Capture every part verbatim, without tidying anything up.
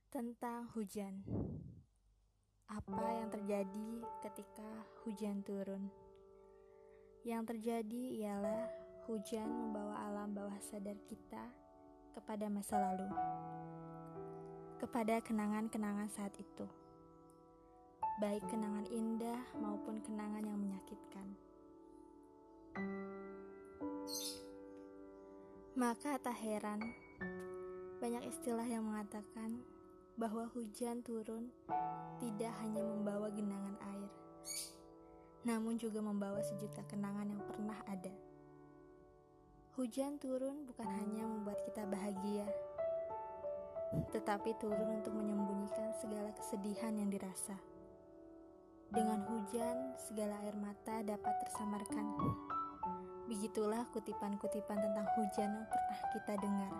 Tentang hujan. Apa yang terjadi ketika hujan turun? Yang terjadi ialah hujan membawa alam bawah sadar kita kepada masa lalu, kepada kenangan-kenangan saat itu, baik kenangan indah maupun kenangan yang menyakitkan. Maka tak heran banyak istilah yang mengatakan bahwa hujan turun tidak hanya membawa genangan air, namun juga membawa sejuta kenangan yang pernah ada. Hujan turun bukan hanya membuat kita bahagia, tetapi turun untuk menyembunyikan segala kesedihan yang dirasa. Dengan hujan, segala air mata dapat tersamarkan. Begitulah kutipan-kutipan tentang hujan yang pernah kita dengar.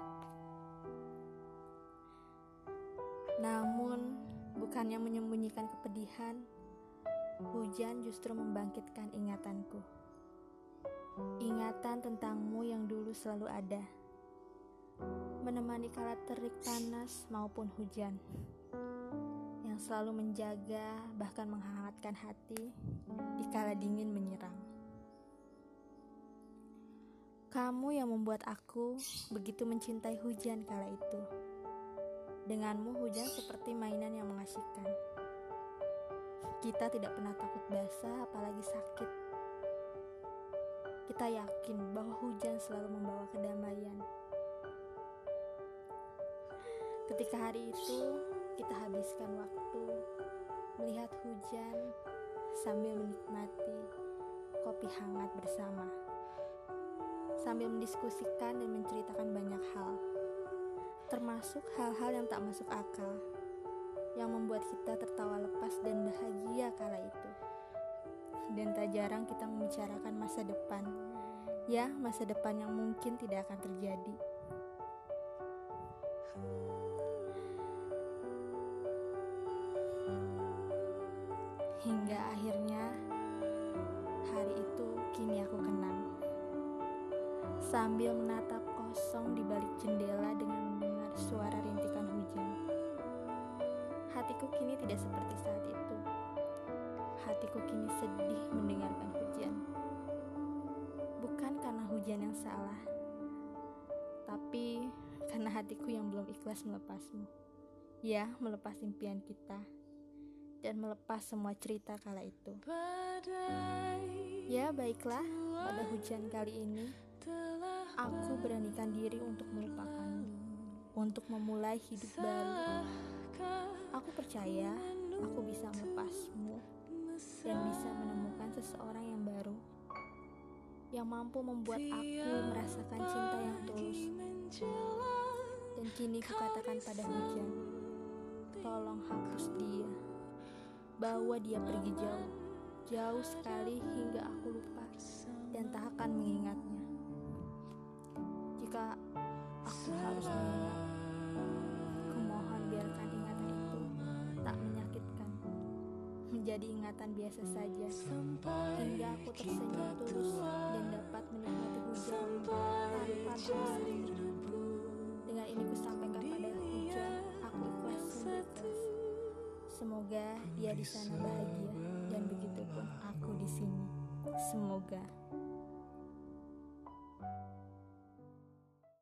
Namun, bukannya menyembunyikan kepedihan, hujan justru membangkitkan ingatanku. Ingatan tentangmu yang dulu selalu ada, menemani kala terik panas maupun hujan, yang selalu menjaga bahkan menghangatkan hati di kala dingin menyerang. Kamu yang membuat aku begitu mencintai hujan kala itu. Denganmu hujan seperti mainan yang mengasyikkan. Kita tidak pernah takut basah apalagi sakit. Kita yakin bahwa hujan selalu membawa kedamaian. Ketika hari itu kita habiskan waktu melihat hujan sambil menikmati kopi hangat bersama, sambil mendiskusikan dan menceritakan banyak hal, termasuk hal-hal yang tak masuk akal, yang membuat kita tertawa lepas dan bahagia kala itu. Dan tak jarang kita membicarakan masa depan, ya masa depan yang mungkin tidak akan terjadi. Hingga akhirnya hari itu kini aku kenang, sambil menatap kosong di balik jendela dengan mendengar suara rintikan hujan. Hatiku kini tidak seperti saat itu. Hatiku kini sedih mendengarkan hujan. Bukan karena hujan yang salah, tapi karena hatiku yang belum ikhlas melepasmu. Ya, melepas impian kita dan melepas semua cerita kala itu. Ya, baiklah, pada hujan kali ini aku beranikan diri untuk melupakanmu, untuk memulai hidup baru. Aku percaya aku bisa melepasmu dan bisa menemukan seseorang yang baru, yang mampu membuat aku merasakan cinta yang tulus. Dan kini kukatakan pada hujan, tolong hapus dia, bawa dia pergi jauh, jauh sekali hingga aku lupa dan tak akan mengingatnya. Jika aku harus mengingat, kumohon biarkan ingatan itu tak menyakitkan, menjadi ingatan biasa saja, hingga aku tersenyum tulus dan dapat menikmati hujan tanpa berpisah. Dengan ini kusampaikan pada hujan, aku ikhlas sungguh. Semoga dia di sana bahagia dan begitupun aku di sini. Semoga.